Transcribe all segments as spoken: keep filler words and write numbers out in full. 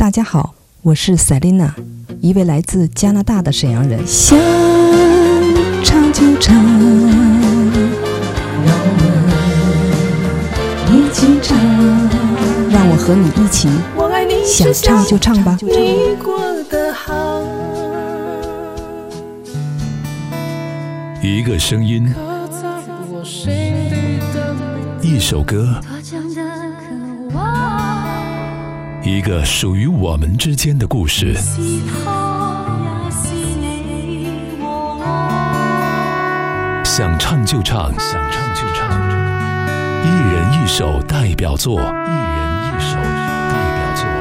大家好，我是塞琳娜，一位来自加拿大的沈阳人。 想唱就唱，让我一起唱， 让我和你一起想唱就唱吧。 你过得好。 一个声音，一首歌，一个属于我们之间的故事。想唱就唱，想唱就唱，一人一首代表作，一人一首代表作。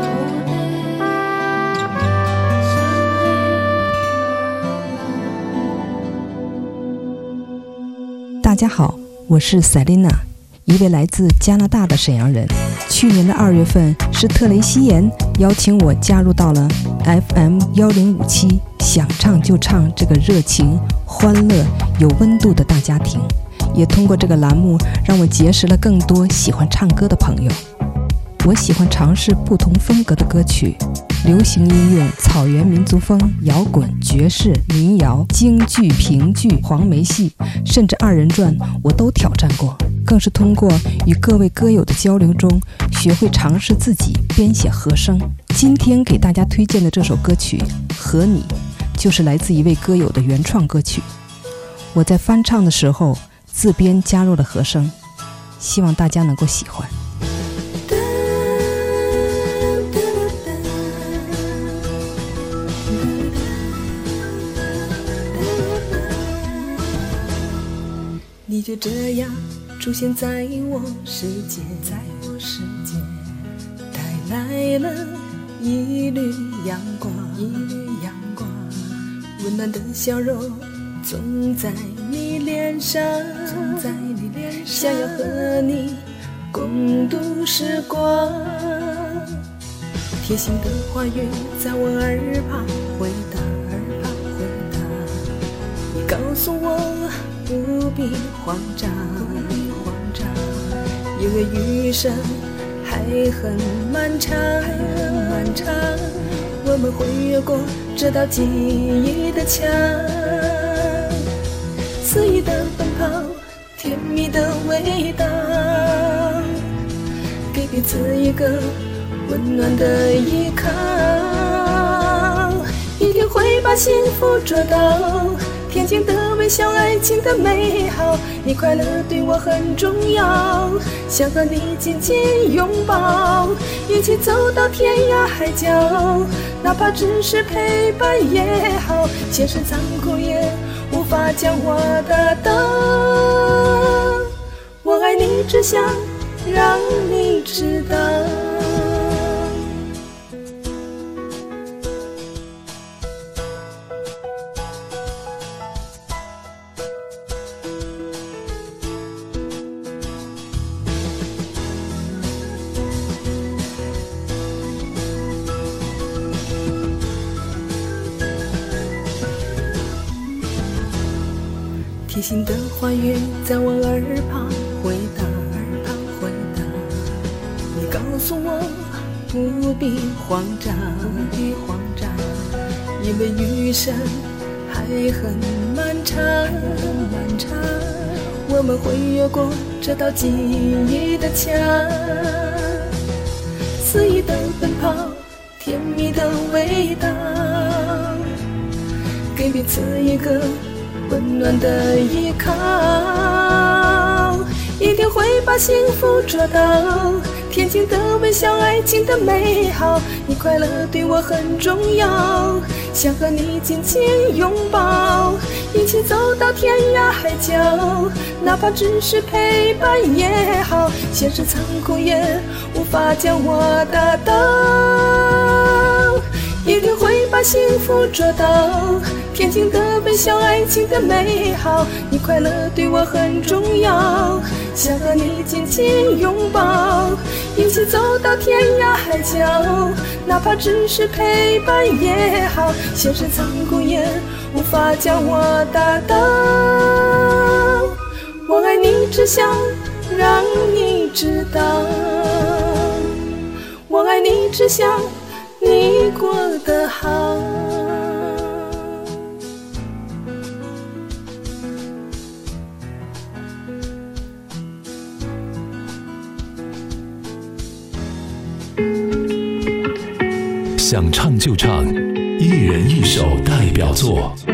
大家好，我是塞琳娜，一位来自加拿大的沈阳人。去年的二月份，是特雷西妍邀请我加入到了 F M 一零五七想唱就唱这个热情、欢乐、有温度的大家庭，也通过这个栏目让我结识了更多喜欢唱歌的朋友。我喜欢尝试不同风格的歌曲，流行音乐、草原民族风、摇滚、爵士、民谣、京剧、评剧、黄梅戏，甚至二人转我都挑战过，更是通过与各位歌友的交流中学会尝试自己编写和声。今天给大家推荐的这首歌曲《和你》就是来自一位歌友的原创歌曲，我在翻唱的时候自编加入了和声，希望大家能够喜欢。 你就这样出现在我世界，在我世界带来了一缕阳光，一缕阳光，温暖的笑容总在你脸上，总在你脸上，想要和你共度时光。贴心的话语在我耳旁回答，耳旁回答，你告诉我不必慌张，不必慌张，因为余生还很漫长，还很漫长，我们会越过这道记忆的墙，肆意的奔跑，甜蜜的味道，给彼此一个温暖的依靠，一定会把幸福捉到，天津的微笑，爱情的美好，你快乐对我很重要，想和你紧紧拥抱，一起走到天涯海角，哪怕只是陪伴也好，现实残酷也无法将我打倒，我爱你只想让你知道。贴心的话语在我耳旁回答，耳旁回答，你告诉我不必慌张，不必慌张，因为余生还很漫长，很漫长，我们会越过这道记忆的墙，肆意的奔跑，甜蜜的味道，给彼此一个温暖的依靠，一定会把幸福捉到，天津的微笑，爱情的美好，你快乐对我很重要，想和你紧紧拥抱，一起走到天涯海角，哪怕只是陪伴也好，现实残酷也无法将我打倒，一定会把幸福捉到，天津的微笑，爱情的美好，你快乐对我很重要，想和你紧紧拥抱，一起走到天涯海角，哪怕只是陪伴也好，现实残酷也无法将我打倒，我爱你只想让你知道，我爱你只想你过得好。 想唱就唱，一人一首代表作。